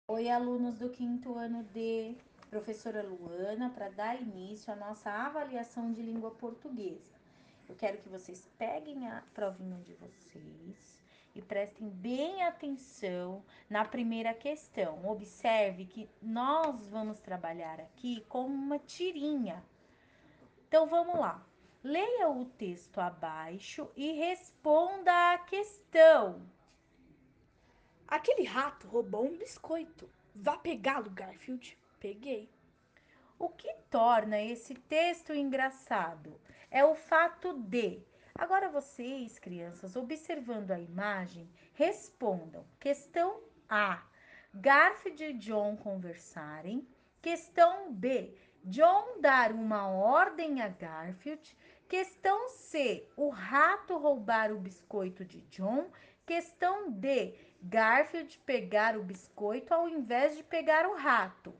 Oi, alunos do quinto ano D, professora Luana, para dar início à nossa avaliação de língua portuguesa. Eu quero que vocês peguem a provinha de vocês e prestem bem atenção na primeira questão. Observe que nós vamos trabalhar aqui com uma tirinha. Então vamos lá. Leia o texto abaixo e responda a questão. Aquele rato roubou um biscoito. Vá pegá-lo, Garfield. Peguei. O que torna esse texto engraçado é o fato de. Agora vocês, crianças, observando a imagem, respondam. Questão A. Garfield e John conversarem. Questão B. John dar uma ordem a Garfield. Questão C. O rato roubar o biscoito de John. Questão D. Garfield pegar o biscoito ao invés de pegar o rato.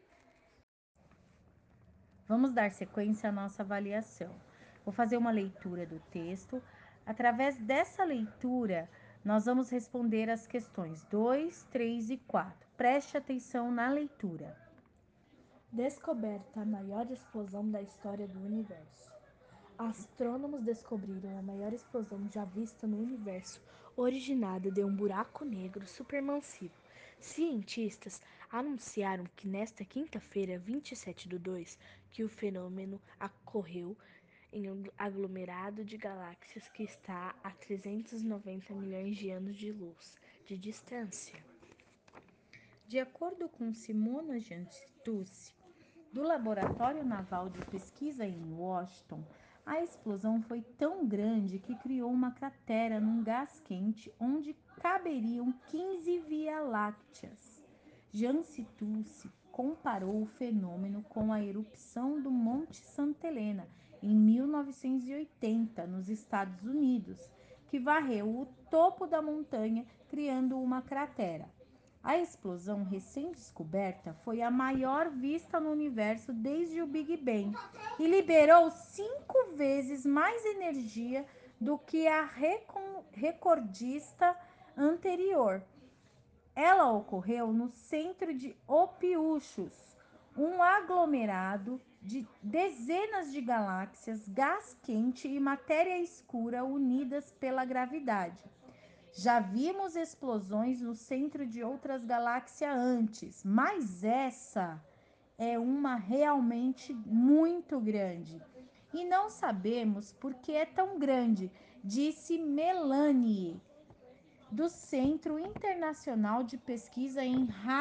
Vamos dar sequência à nossa avaliação. Vou fazer uma leitura do texto. Através dessa leitura, nós vamos responder as questões 2, 3 e 4. Preste atenção na leitura. Descoberta a maior explosão da história do universo. Astrônomos descobriram a maior explosão já vista no universo, originada de um buraco negro supermassivo. Cientistas anunciaram que nesta quinta-feira, 27/2, que o fenômeno ocorreu em um aglomerado de galáxias que está a 390 milhões de anos de luz de distância. De acordo com Simona Giantucci, do Laboratório Naval de Pesquisa em Washington, a explosão foi tão grande que criou uma cratera num gás quente onde caberiam 15 Via-Lácteas. Giantucci comparou o fenômeno com a erupção do Monte Santa Helena em 1980, nos Estados Unidos, que varreu o topo da montanha, criando uma cratera. A explosão recém-descoberta foi a maior vista no universo desde o Big Bang e liberou 5 vezes mais energia do que a recordista anterior. Ela ocorreu no centro de Ophiuchus, um aglomerado de dezenas de galáxias, gás quente e matéria escura unidas pela gravidade. Já vimos explosões no centro de outras galáxias antes, mas essa é uma realmente muito grande. E não sabemos por que é tão grande, disse Melanie, do Centro Internacional de Pesquisa em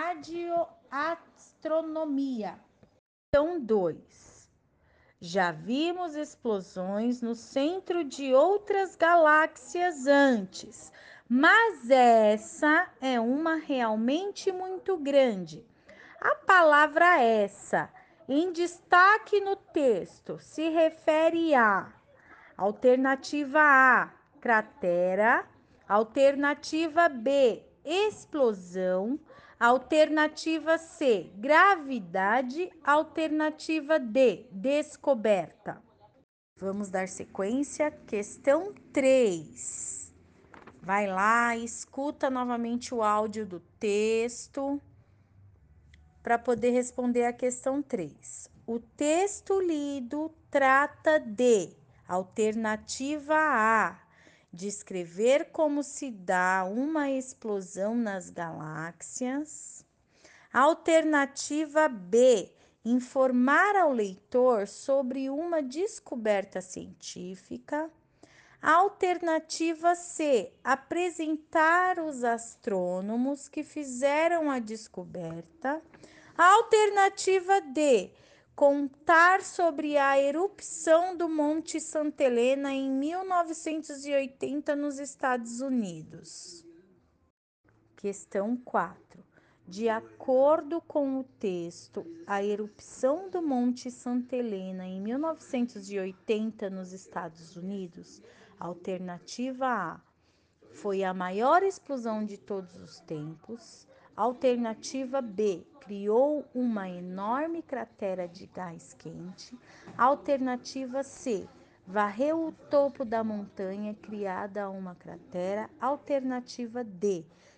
Radioastronomia. Então, 2. Já vimos explosões no centro de outras galáxias antes, mas essa é uma realmente muito grande. A palavra essa, em destaque no texto, se refere a alternativa A, cratera, alternativa B, explosão, alternativa C, gravidade, alternativa D, descoberta. Vamos dar sequência, questão 3. Vai lá, escuta novamente o áudio do texto para poder responder a questão 3. O texto lido trata de alternativa A, descrever como se dá uma explosão nas galáxias. Alternativa B, informar ao leitor sobre uma descoberta científica. Alternativa C, apresentar os astrônomos que fizeram a descoberta. Alternativa D, contar sobre a erupção do Monte Santa Helena em 1980 nos Estados Unidos. Questão 4. De acordo com o texto, a erupção do Monte Santa Helena em 1980 nos Estados Unidos, alternativa A, foi a maior explosão de todos os tempos. Alternativa B, criou uma enorme cratera de gás quente. Alternativa C, varreu o topo da montanha, criada uma cratera. Alternativa D,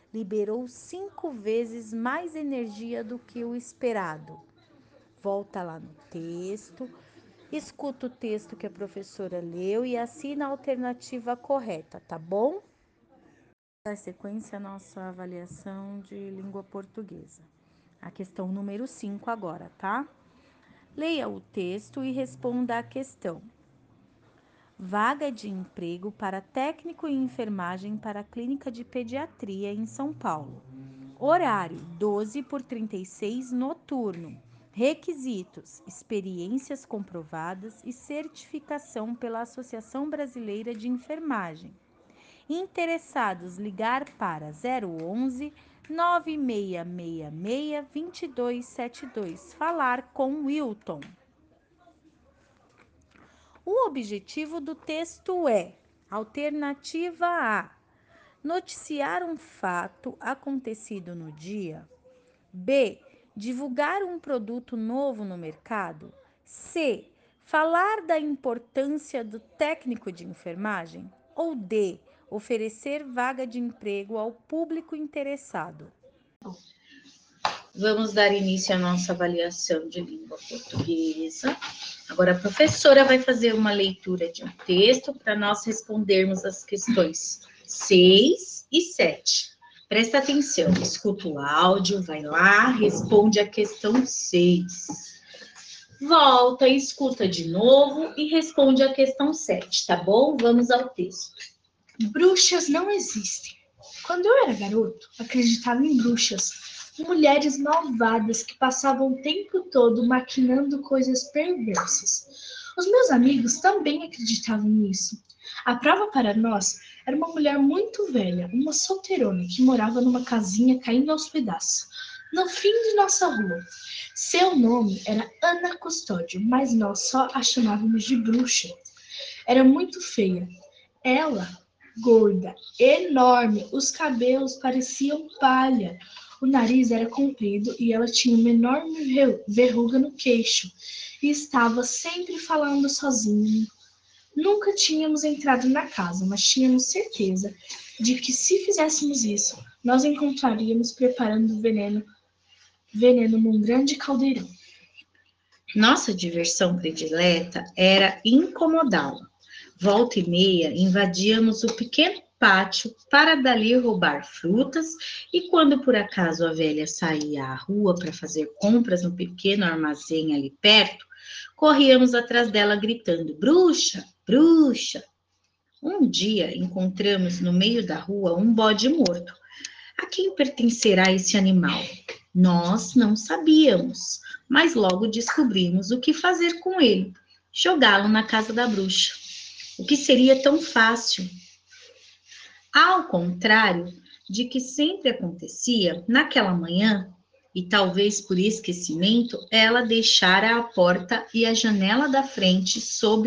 liberou 5 vezes mais energia do que o esperado. Volta lá no texto, escuta o texto que a professora leu e assina a alternativa correta, tá bom? Na sequência, a nossa avaliação de língua portuguesa. A questão número 5 agora, tá? Leia o texto e responda à questão. Vaga de emprego para técnico em enfermagem para a Clínica de Pediatria em São Paulo. Horário 12/36 noturno. Requisitos: experiências comprovadas e certificação pela Associação Brasileira de Enfermagem. Interessados, ligar para 011 9666 2272. Falar com Wilton. O objetivo do texto é: alternativa A, noticiar um fato acontecido no dia. B, divulgar um produto novo no mercado. C, falar da importância do técnico de enfermagem. Ou D, oferecer vaga de emprego ao público interessado. Vamos dar início à nossa avaliação de língua portuguesa. Agora, a professora vai fazer uma leitura de um texto para nós respondermos as questões 6 e 7. Presta atenção, escuta o áudio, vai lá, responde a questão 6. Volta, escuta de novo e responde a questão 7, tá bom? Vamos ao texto. Bruxas não existem. Quando eu era garoto, acreditava em bruxas, mulheres malvadas que passavam o tempo todo maquinando coisas perversas. Os meus amigos também acreditavam nisso. A prova para nós era uma mulher muito velha, uma solteirona que morava numa casinha caindo aos pedaços, no fim de nossa rua. Seu nome era Ana Custódio, mas nós só a chamávamos de bruxa. Era muito feia. Ela, gorda, enorme, os cabelos pareciam palha. O nariz era comprido e ela tinha uma enorme verruga no queixo e estava sempre falando sozinha. Nunca tínhamos entrado na casa, mas tínhamos certeza de que se fizéssemos isso, nós encontraríamos preparando veneno num grande caldeirão. Nossa diversão predileta era incomodá-la. Volta e meia, invadíamos o pequeno pátio para dali roubar frutas e quando por acaso a velha saía à rua para fazer compras no pequeno armazém ali perto, corríamos atrás dela gritando: bruxa, bruxa! Um dia encontramos no meio da rua um bode morto. A quem pertencerá esse animal? Nós não sabíamos, mas logo descobrimos o que fazer com ele: jogá-lo na casa da bruxa. O que seria tão fácil? Ao contrário de que sempre acontecia, naquela manhã, e talvez por esquecimento, ela deixara a porta e a janela da frente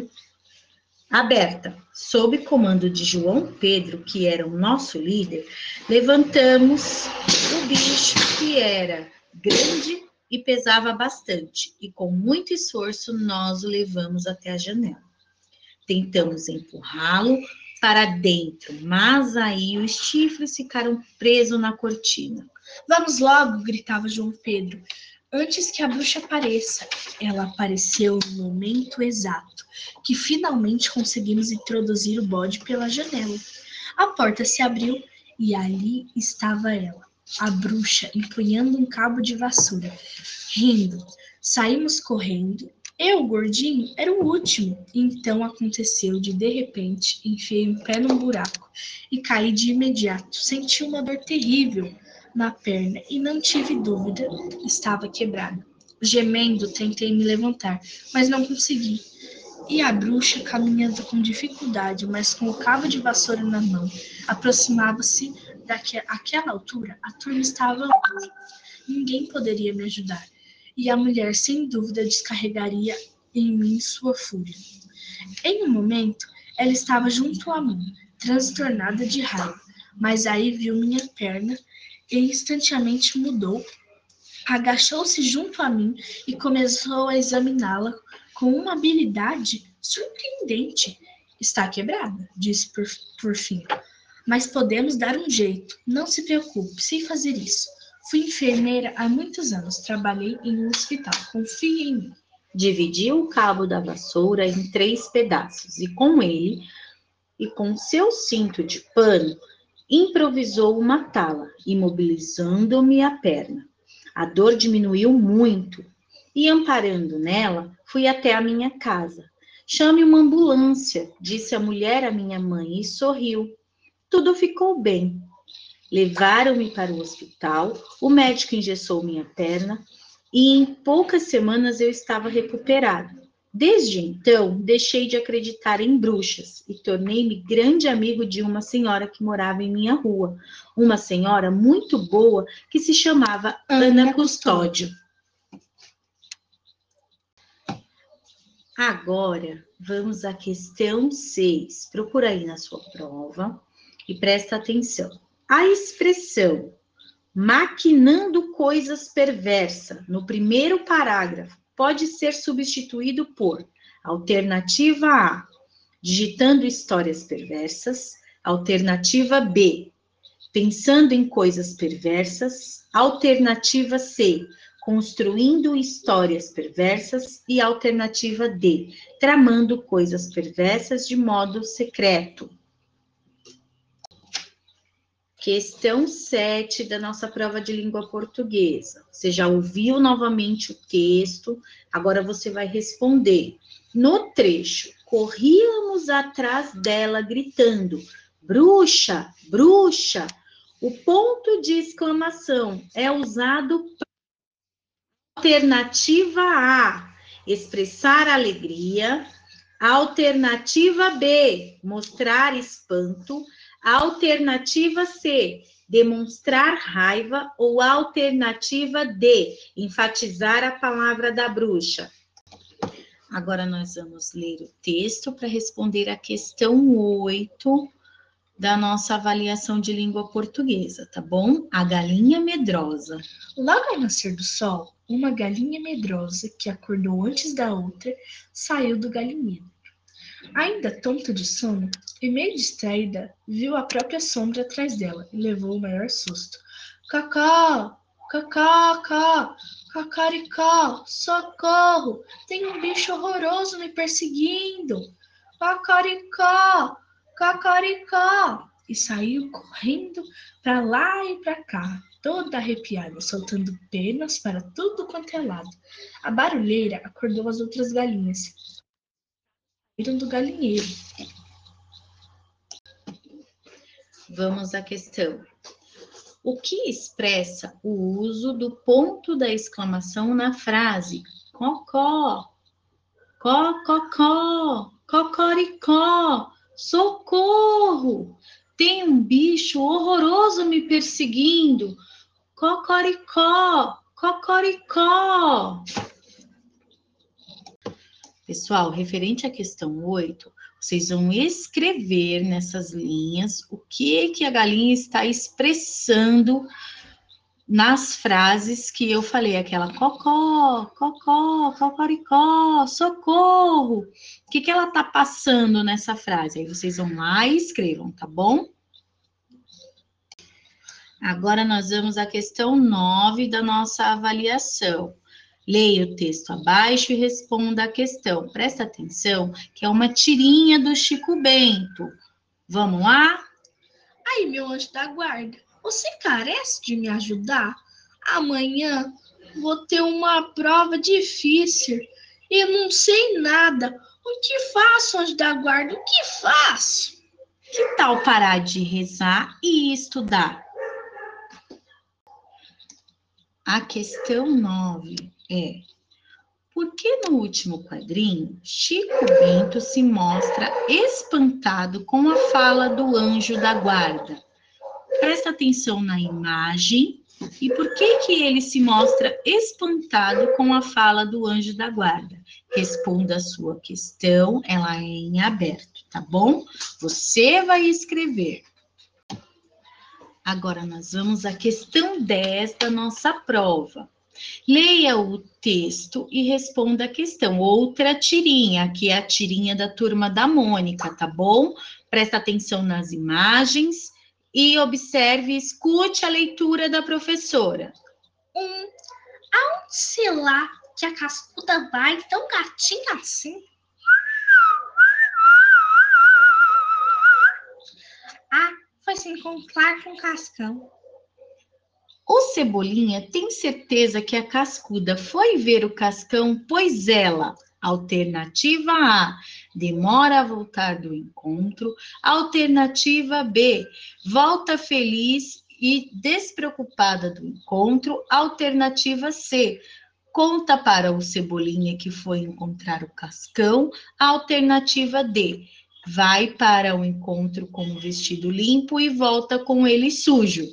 aberta. Sob comando de João Pedro, que era o nosso líder, levantamos o bicho, que era grande e pesava bastante, e com muito esforço nós o levamos até a janela. Tentamos empurrá-lo para dentro, mas aí os chifres ficaram presos na cortina. Vamos logo, gritava João Pedro, antes que a bruxa apareça. Ela apareceu no momento exato, que finalmente conseguimos introduzir o bode pela janela. A porta se abriu e ali estava ela, a bruxa, empunhando um cabo de vassoura, rindo. Saímos correndo. Eu, gordinho, era o último. Então aconteceu de repente, enfiei um pé num buraco e caí de imediato. Senti uma dor terrível na perna e não tive dúvida, estava quebrada. Gemendo, tentei me levantar, mas não consegui. E a bruxa, caminhando com dificuldade, mas com o cabo de vassoura na mão, aproximava-se daquela altura. A turma estava longe. Ninguém poderia me ajudar. E a mulher, sem dúvida, descarregaria em mim sua fúria. Em um momento, ela estava junto a mim, transtornada de raiva, mas aí viu minha perna e instantaneamente mudou, agachou-se junto a mim e começou a examiná-la com uma habilidade surpreendente. Está quebrada, disse por fim. Mas podemos dar um jeito. Não se preocupe, sei fazer isso. Fui enfermeira há muitos anos, trabalhei em um hospital. Confie em mim. Dividiu o cabo da vassoura em 3 pedaços e com ele, e com seu cinto de pano, improvisou uma tala, imobilizando-me a perna. A dor diminuiu muito e, amparando nela, fui até a minha casa. Chame uma ambulância, disse a mulher à minha mãe e sorriu. Tudo ficou bem. Levaram-me para o hospital, o médico engessou minha perna e em poucas semanas eu estava recuperado. Desde então, deixei de acreditar em bruxas e tornei-me grande amigo de uma senhora que morava em minha rua. Uma senhora muito boa que se chamava Ana Custódio. Agora, vamos à questão 6. Procura aí na sua prova e presta atenção. A expressão maquinando coisas perversa, no primeiro parágrafo, pode ser substituído por alternativa A, digitando histórias perversas, alternativa B, pensando em coisas perversas, alternativa C, construindo histórias perversas e alternativa D, tramando coisas perversas de modo secreto. Questão 7 da nossa prova de língua portuguesa. Você já ouviu novamente o texto, agora você vai responder. No trecho, corríamos atrás dela gritando, bruxa, bruxa. O ponto de exclamação é usado para alternativa A, expressar alegria. Alternativa B, mostrar espanto. Alternativa C, demonstrar raiva. Ou alternativa D, enfatizar a palavra da bruxa. Agora nós vamos ler o texto para responder a questão 8 da nossa avaliação de língua portuguesa, tá bom? A galinha medrosa. Logo ao nascer do sol, uma galinha medrosa, que acordou antes da outra, saiu do galinheiro. Ainda tonta de sono e meio distraída, viu a própria sombra atrás dela e levou o maior susto. Cacá, cacá, cacaricá, socorro! Tem um bicho horroroso me perseguindo! Cacaricá, cacaricá! E saiu correndo para lá e para cá, toda arrepiada, soltando penas para tudo quanto é lado. A barulheira acordou as outras galinhas. Saíram do galinheiro. Vamos à questão. O que expressa o uso do ponto da exclamação na frase cocó, cococó, cocoricó, socorro! Tem um bicho horroroso me perseguindo. Cocoricó, cocoricó. Pessoal, referente à questão 8, vocês vão escrever nessas linhas o que a galinha está expressando nas frases que eu falei, aquela cocó, cocó, cocoricó, socorro. O que ela está passando nessa frase? Aí vocês vão lá e escrevam, tá bom? Agora nós vamos à questão 9 da nossa avaliação. Leia o texto abaixo e responda a questão. Presta atenção, que é uma tirinha do Chico Bento. Vamos lá? Aí, meu anjo da guarda, você carece de me ajudar? Amanhã vou ter uma prova difícil e não sei nada. O que faço, anjo da guarda? O que faço? Que tal parar de rezar e estudar? A questão 9 é: por que no último quadrinho, Chico Bento se mostra espantado com a fala do anjo da guarda? Presta atenção na imagem e por que ele se mostra espantado com a fala do anjo da guarda? Responda a sua questão, ela é em aberto, tá bom? Você vai escrever. Agora nós vamos à questão 10 da nossa prova. Leia o texto e responda a questão. Outra tirinha, que é a tirinha da turma da Mônica, tá bom? Presta atenção nas imagens e observe e escute a leitura da professora. Aonde sei lá que a cascuda vai tão gatinha assim? Ah, foi se encontrar com o Cascão. O Cebolinha tem certeza que a cascuda foi ver o Cascão, pois ela, alternativa A, demora a voltar do encontro, alternativa B, volta feliz e despreocupada do encontro, alternativa C, conta para o Cebolinha que foi encontrar o Cascão, alternativa D, vai para o encontro com o vestido limpo e volta com ele sujo.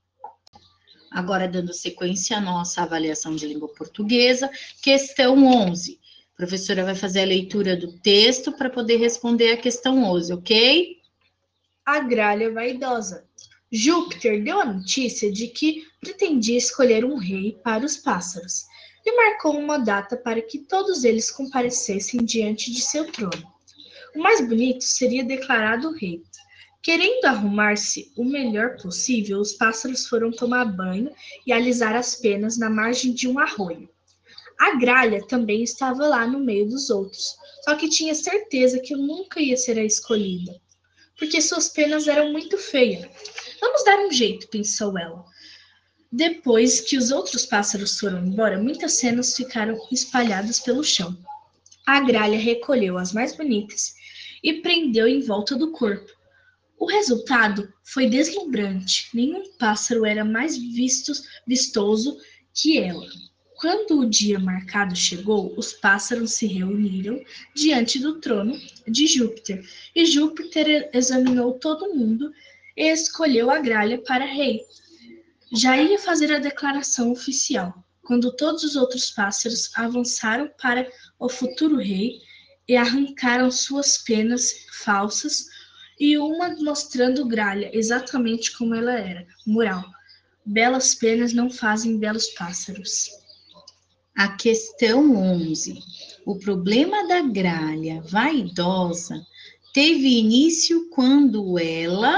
Agora, dando sequência à nossa avaliação de língua portuguesa, questão 11. A professora vai fazer a leitura do texto para poder responder a questão 11, ok? A gralha vaidosa. Júpiter deu a notícia de que pretendia escolher um rei para os pássaros e marcou uma data para que todos eles comparecessem diante de seu trono. O mais bonito seria declarado rei. Querendo arrumar-se o melhor possível, os pássaros foram tomar banho e alisar as penas na margem de um arroio. A gralha também estava lá no meio dos outros, só que tinha certeza que nunca ia ser a escolhida, porque suas penas eram muito feias. Vamos dar um jeito, pensou ela. Depois que os outros pássaros foram embora, muitas cenas ficaram espalhadas pelo chão. A gralha recolheu as mais bonitas e prendeu em volta do corpo. O resultado foi deslumbrante. Nenhum pássaro era mais vistoso que ela. Quando o dia marcado chegou, os pássaros se reuniram diante do trono de Júpiter, e Júpiter examinou todo mundo e escolheu a gralha para rei. Já ia fazer a declaração oficial, quando todos os outros pássaros avançaram para o futuro rei e arrancaram suas penas falsas, e uma mostrando gralha exatamente como ela era. Moral: belas penas não fazem belos pássaros. A questão 11. O problema da gralha vaidosa teve início quando ela,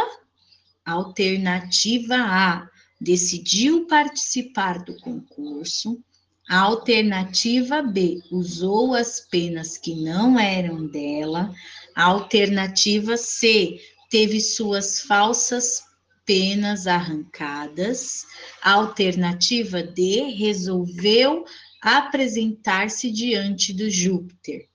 alternativa A, decidiu participar do concurso, a alternativa B, usou as penas que não eram dela, a alternativa C, teve suas falsas penas arrancadas, a alternativa D, resolveu apresentar-se diante do Júpiter.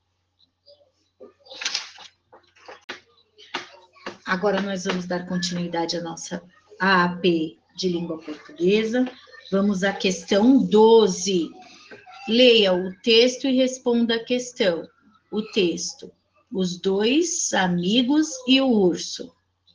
Agora nós vamos dar continuidade à nossa AAP de língua portuguesa. Vamos à questão 12. Leia o texto e responda a questão. O texto: os dois amigos e o urso.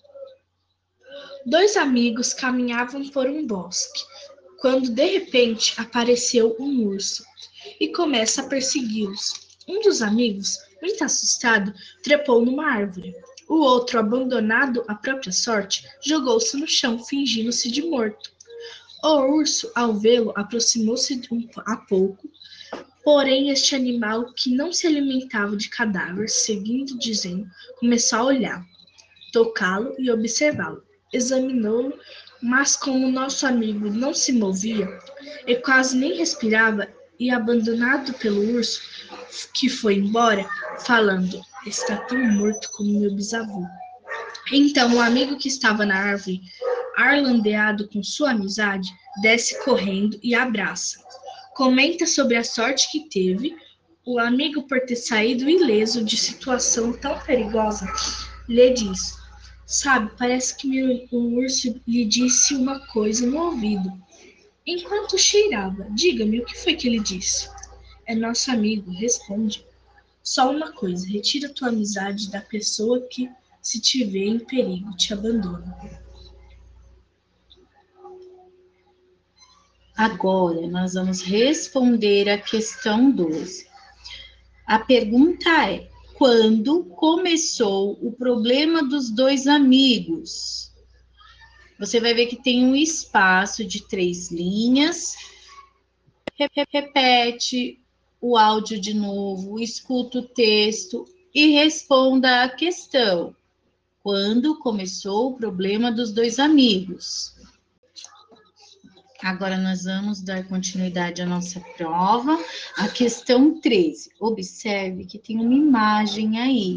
Dois amigos caminhavam por um bosque, quando de repente apareceu um urso e começa a persegui-los. Um dos amigos, muito assustado, trepou numa árvore. O outro, abandonado à própria sorte, jogou-se no chão, fingindo-se de morto. O urso, ao vê-lo, aproximou-se a pouco, porém este animal, que não se alimentava de cadáver, seguindo dizendo, começou a olhá-lo, tocá-lo e observá-lo. Examinou-lo, mas como nosso amigo não se movia e quase nem respirava, e abandonado pelo urso, que foi embora, falando, está tão morto como meu bisavô. Então o amigo que estava na árvore, arlandeado com sua amizade, desce correndo e abraça. Comenta sobre a sorte que teve o amigo por ter saído ileso de situação tão perigosa. Lhe diz: sabe, parece que um urso lhe disse uma coisa no ouvido, enquanto cheirava. Diga-me, o que foi que ele disse? É nosso amigo, responde. Só uma coisa, retira tua amizade da pessoa que, se te vê em perigo, te abandona. Agora nós vamos responder a questão 12. A pergunta é: quando começou o problema dos dois amigos? Você vai ver que tem um espaço de 3 linhas. Repete o áudio de novo, escuta o texto e responda a questão. Quando começou o problema dos dois amigos? Agora nós vamos dar continuidade à nossa prova. A questão 13. Observe que tem uma imagem aí.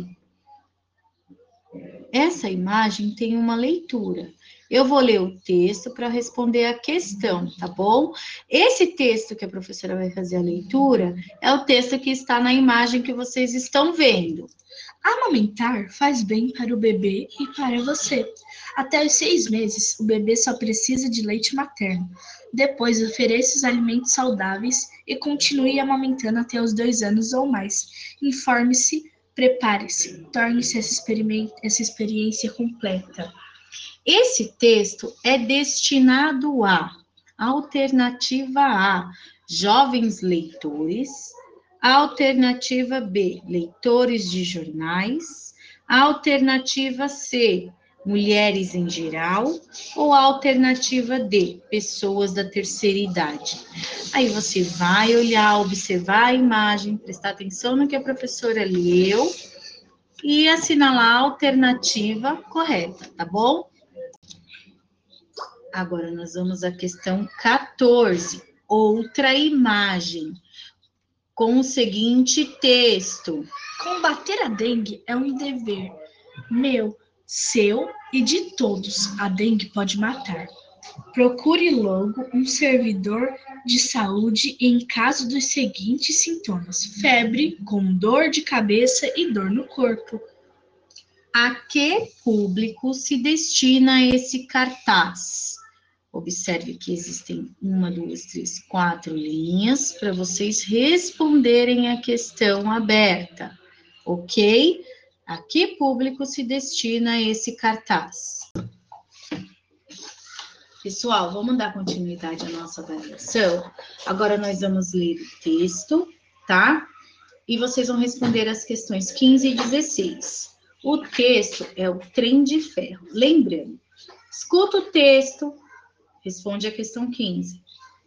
Essa imagem tem uma leitura. Eu vou ler o texto para responder a questão, tá bom? Esse texto que a professora vai fazer a leitura é o texto que está na imagem que vocês estão vendo. Amamentar faz bem para o bebê e para você. Até os 6 meses, o bebê só precisa de leite materno. Depois, ofereça os alimentos saudáveis e continue amamentando até os 2 anos ou mais. Informe-se, prepare-se, torne-se essa experiência completa. Esse texto é destinado a alternativa A, jovens leitores, alternativa B, leitores de jornais, alternativa C, mulheres em geral, ou alternativa D, pessoas da terceira idade. Aí você vai olhar, observar a imagem, prestar atenção no que a professora leu e assinalar a alternativa correta, tá bom? Agora nós vamos à questão 14, outra imagem, com o seguinte texto. Combater a dengue é um dever meu, seu e de todos. A dengue pode matar. Procure logo um servidor de saúde em caso dos seguintes sintomas: febre, com dor de cabeça e dor no corpo. A que público se destina esse cartaz? Observe que existem 1, 2, 3, 4 linhas para vocês responderem a questão aberta, ok? A que público se destina esse cartaz? Pessoal, vamos dar continuidade à nossa avaliação? Agora nós vamos ler o texto, tá? E vocês vão responder as questões 15 e 16. O texto é o trem de ferro. Lembrando, escuta o texto, responde a questão 15.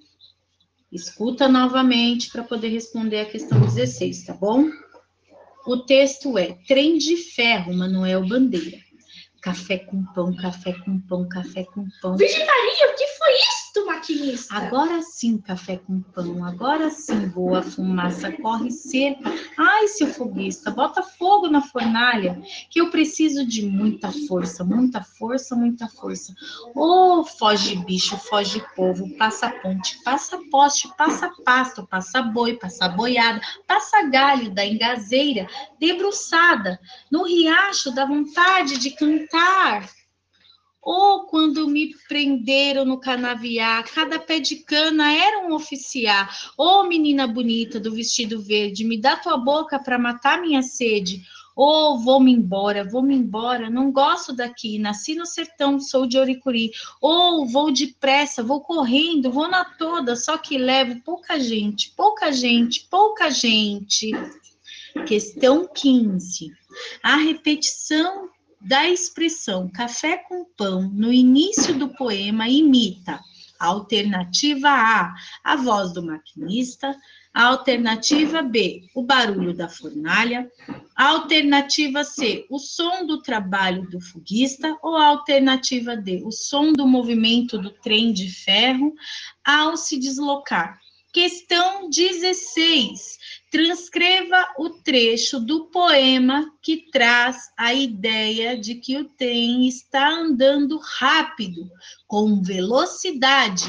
Escuta novamente para poder responder a questão 16, tá bom? O texto é Trem de Ferro, Manuel Bandeira. Café com pão, café com pão, café com pão. Virgem Maria, o que foi isto, maquinista? Agora sim, café com pão, agora sim, voa a fumaça, corre cerca. Ai, seu foguista, bota fogo na fornalha, que eu preciso de muita força, muita força, muita força. Oh, foge bicho, foge povo, passa ponte, passa poste, passa pasto, passa boi, passa boiada, passa galho da engazeira, debruçada, no riacho da vontade de cantar. Ou quando me prenderam no canavial, cada pé de cana era um oficial. Ô menina bonita do vestido verde, me dá tua boca para matar minha sede. Ô, vou-me embora, não gosto daqui, nasci no sertão, sou de Oricuri. Ou vou depressa, vou correndo, vou na toda, só que levo pouca gente, pouca gente, pouca gente. Questão 15. A repetição da expressão café com pão no início do poema imita a alternativa A voz do maquinista, a alternativa B, o barulho da fornalha, a alternativa C, o som do trabalho do foguista, ou a alternativa D, o som do movimento do trem de ferro ao se deslocar. Questão 16. Transcreva o trecho do poema que traz a ideia de que o trem está andando rápido, com velocidade.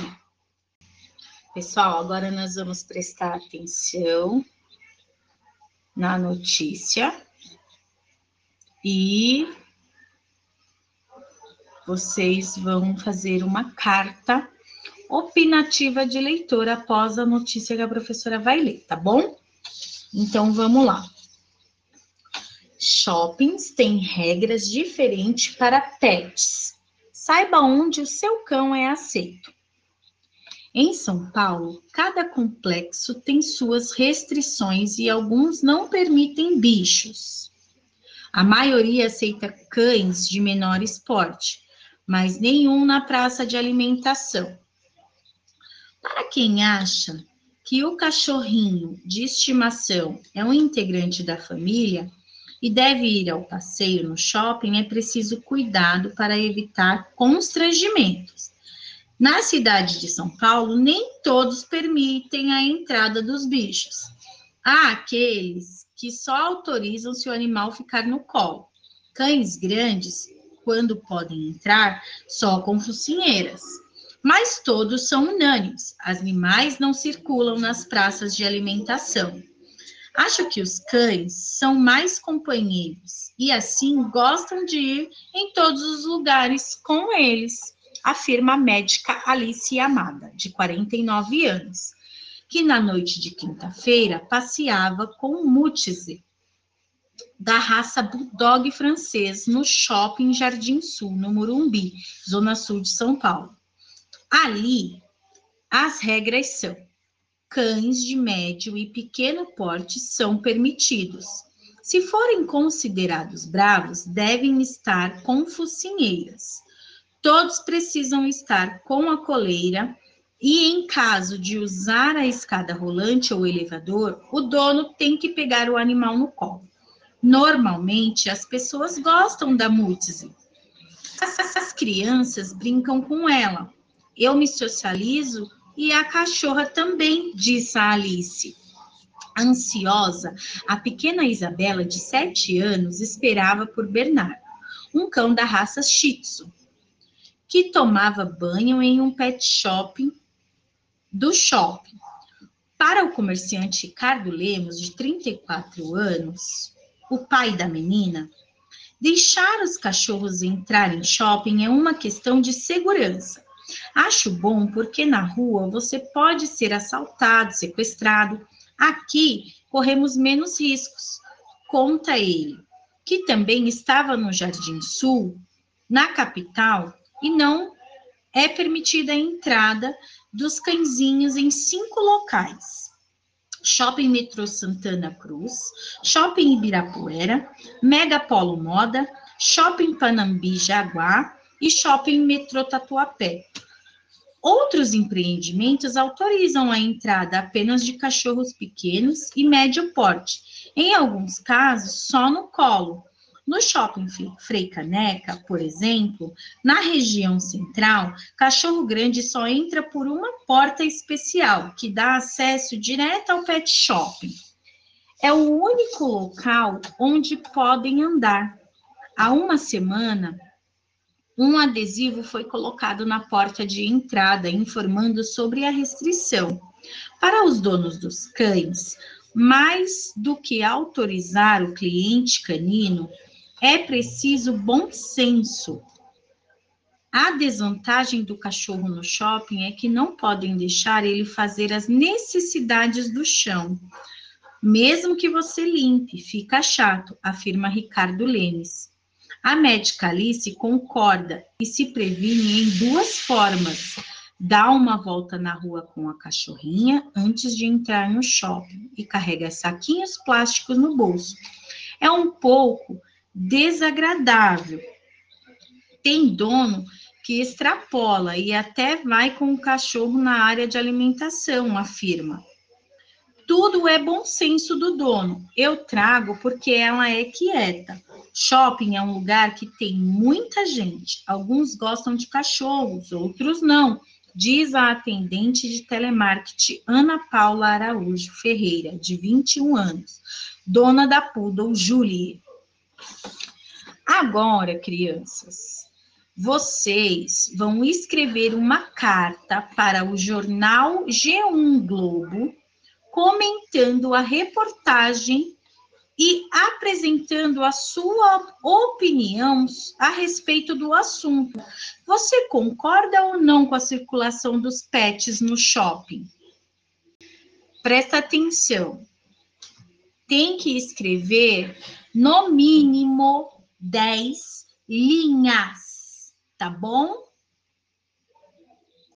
Pessoal, agora nós vamos prestar atenção na notícia e vocês vão fazer uma carta opinativa de leitor após a notícia que a professora vai ler, tá bom? Então, vamos lá. Shoppings têm regras diferentes para pets. Saiba onde o seu cão é aceito. Em São Paulo, cada complexo tem suas restrições e alguns não permitem bichos. A maioria aceita cães de menor porte, mas nenhum na praça de alimentação. Para quem acha que o cachorrinho de estimação é um integrante da família, e deve ir ao passeio no shopping, é preciso cuidado para evitar constrangimentos. Na cidade de São Paulo, nem todos permitem a entrada dos bichos. Há aqueles que só autorizam se o animal ficar no colo. Cães grandes, quando podem entrar, só com focinheiras. Mas todos são unânimes. Animais não circulam nas praças de alimentação. Acho que os cães são mais companheiros e assim gostam de ir em todos os lugares com eles, afirma a médica Alice Yamada, de 49 anos, que na noite de quinta-feira passeava com o Mutze, da raça Bulldog francês, no shopping Jardim Sul, no Morumbi, zona sul de São Paulo. Ali, as regras são: cães de médio e pequeno porte são permitidos. Se forem considerados bravos, devem estar com focinheiras. Todos precisam estar com a coleira e, em caso de usar a escada rolante ou elevador, o dono tem que pegar o animal no colo. Normalmente, as pessoas gostam da Mutze. As crianças brincam com ela. Eu me socializo e a cachorra também, disse a Alice. Ansiosa, a pequena Isabela, de 7 anos, esperava por Bernardo, um cão da raça Shih Tzu, que tomava banho em um pet shopping do shopping. Para o comerciante Ricardo Lemos, de 34 anos, o pai da menina, deixar os cachorros entrar em shopping é uma questão de segurança. Acho bom porque na rua você pode ser assaltado, sequestrado. Aqui corremos menos riscos, conta ele, que também estava no Jardim Sul, na capital, e não é permitida a entrada dos cãezinhos em 5 locais: Shopping Metrô Santana Cruz, Shopping Ibirapuera, Mega Polo Moda, Shopping Panambi Jaguar e Shopping Metrô Tatuapé. Outros empreendimentos autorizam a entrada apenas de cachorros pequenos e médio porte, em alguns casos só no colo. No Shopping Frei Caneca, por exemplo, na região central, cachorro grande só entra por uma porta especial, que dá acesso direto ao pet shopping. É o único local onde podem andar. Há uma semana, um adesivo foi colocado na porta de entrada, informando sobre a restrição. Para os donos dos cães, mais do que autorizar o cliente canino, é preciso bom senso. A desvantagem do cachorro no shopping é que não podem deixar ele fazer as necessidades do chão. Mesmo que você limpe, fica chato, afirma Ricardo Lemes. A médica Alice concorda e se previne em 2 formas: dá uma volta na rua com a cachorrinha antes de entrar no shopping e carrega saquinhos plásticos no bolso. É um pouco desagradável. Tem dono que extrapola e até vai com o cachorro na área de alimentação, afirma. Tudo é bom senso do dono. Eu trago porque ela é quieta. Shopping é um lugar que tem muita gente. Alguns gostam de cachorros, outros não, diz a atendente de telemarketing Ana Paula Araújo Ferreira, de 21 anos, dona da Poodle Julie. Agora, crianças, vocês vão escrever uma carta para o jornal G1 Globo, comentando a reportagem e apresentando a sua opinião a respeito do assunto. Você concorda ou não com a circulação dos pets no shopping? Presta atenção. Tem que escrever no mínimo 10 linhas, tá bom?